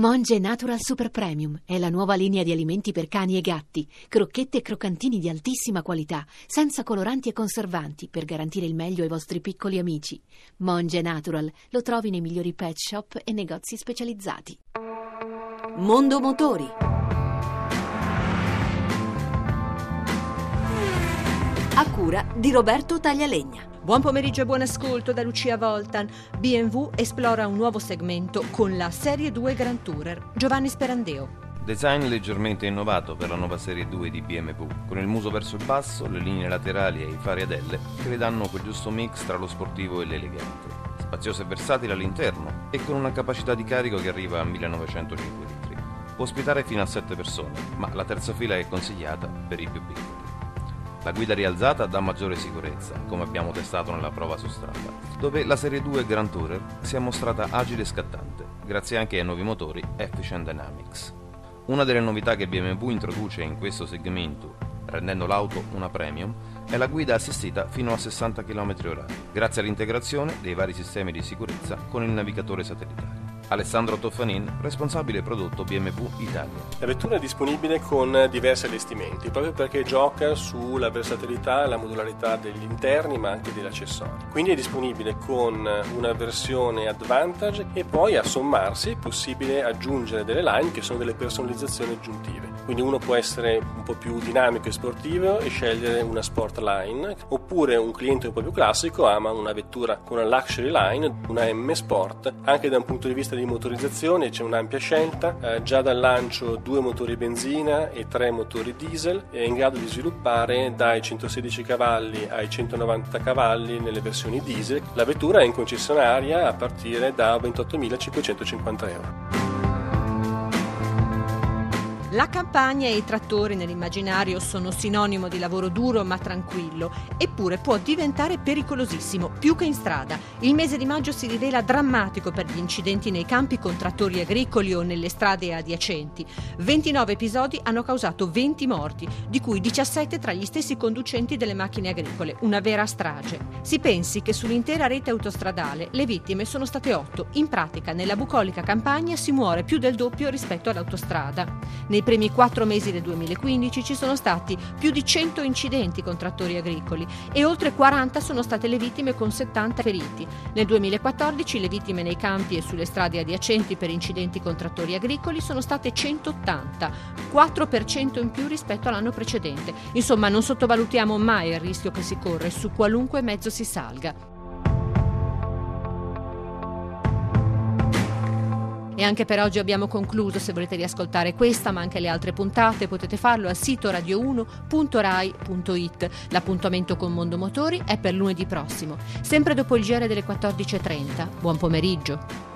Monge Natural Super Premium è la nuova linea di alimenti per cani e gatti, crocchette e croccantini di altissima qualità, senza coloranti e conservanti, per garantire il meglio ai vostri piccoli amici. Monge Natural lo trovi nei migliori pet shop e negozi specializzati. Mondo Motori. A cura di Roberto Taglialegna. Buon pomeriggio e buon ascolto da Lucia Voltan. BMW esplora un nuovo segmento con la Serie 2 Grand Tourer. Giovanni Sperandeo. Design leggermente innovato per la nuova Serie 2 di BMW, con il muso verso il basso, le linee laterali e i fari ad L che le danno quel giusto mix tra lo sportivo e l'elegante. Spazioso e versatile all'interno e con una capacità di carico che arriva a 1905 litri. Può ospitare fino a 7 persone, ma la terza fila è consigliata per i più piccoli. La guida rialzata dà maggiore sicurezza, come abbiamo testato nella prova su strada, dove la Serie 2 Grand Tourer si è mostrata agile e scattante, grazie anche ai nuovi motori Efficient Dynamics. Una delle novità che BMW introduce in questo segmento, rendendo l'auto una premium, è la guida assistita fino a 60 km/h, grazie all'integrazione dei vari sistemi di sicurezza con il navigatore satellitare. Alessandro Toffanin, responsabile prodotto BMW Italia. La vettura è disponibile con diversi allestimenti, proprio perché gioca sulla versatilità e la modularità degli interni ma anche degli accessori. Quindi è disponibile con una versione Advantage e poi a sommarsi è possibile aggiungere delle line che sono delle personalizzazioni aggiuntive. Quindi uno può essere un po' più dinamico e sportivo e scegliere una Sport Line, oppure un cliente un po' più classico ama una vettura con una Luxury Line, una M Sport. Anche da un punto di vista di motorizzazione c'è un'ampia scelta, già dal lancio 2 motori benzina e 3 motori diesel, è in grado di sviluppare dai 116 cavalli ai 190 cavalli nelle versioni diesel. La vettura è in concessionaria a partire da 28.550 euro. La campagna e i trattori nell'immaginario sono sinonimo di lavoro duro ma tranquillo, eppure può diventare pericolosissimo, più che in strada. Il mese di maggio si rivela drammatico per gli incidenti nei campi con trattori agricoli o nelle strade adiacenti. 29 episodi hanno causato 20 morti, di cui 17 tra gli stessi conducenti delle macchine agricole, una vera strage. Si pensi che sull'intera rete autostradale le vittime sono state 8. In pratica, nella bucolica campagna si muore più del doppio rispetto all'autostrada. Nei primi 4 mesi del 2015 ci sono stati più di 100 incidenti con trattori agricoli e oltre 40 sono state le vittime con 70 feriti. Nel 2014 le vittime nei campi e sulle strade adiacenti per incidenti con trattori agricoli sono state 180, 4% in più rispetto all'anno precedente. Insomma, non sottovalutiamo mai il rischio che si corre su qualunque mezzo si salga. E anche per oggi abbiamo concluso. Se volete riascoltare questa ma anche le altre puntate potete farlo al sito radio1.rai.it. L'appuntamento con Mondo Motori è per lunedì prossimo, sempre dopo il GR delle 14.30. Buon pomeriggio.